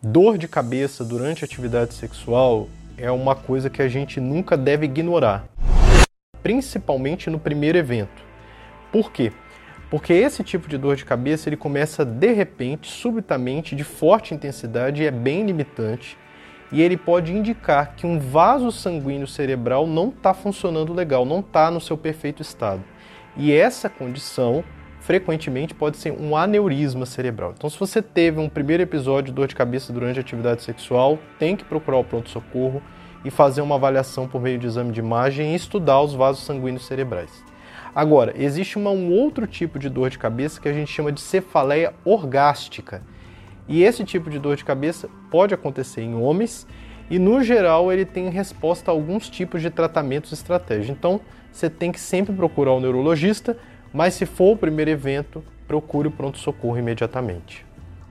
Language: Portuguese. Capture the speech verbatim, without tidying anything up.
Dor de cabeça durante a atividade sexual é uma coisa que a gente nunca deve ignorar, principalmente no primeiro evento. Por quê? Porque esse tipo de dor de cabeça ele começa de repente, subitamente, de forte intensidade e é bem limitante, e ele pode indicar que um vaso sanguíneo cerebral não está funcionando legal, não está no seu perfeito estado. E essa condição frequentemente pode ser um aneurisma cerebral. Então, se você teve um primeiro episódio de dor de cabeça durante a atividade sexual, tem que procurar o pronto-socorro e fazer uma avaliação por meio de exame de imagem e estudar os vasos sanguíneos cerebrais. Agora, existe uma, um outro tipo de dor de cabeça que a gente chama de cefaleia orgástica. E esse tipo de dor de cabeça pode acontecer em homens e, no geral, ele tem resposta a alguns tipos de tratamentos estratégicos. Então, você tem que sempre procurar o neurologista, mas se for o primeiro evento, procure o pronto-socorro imediatamente.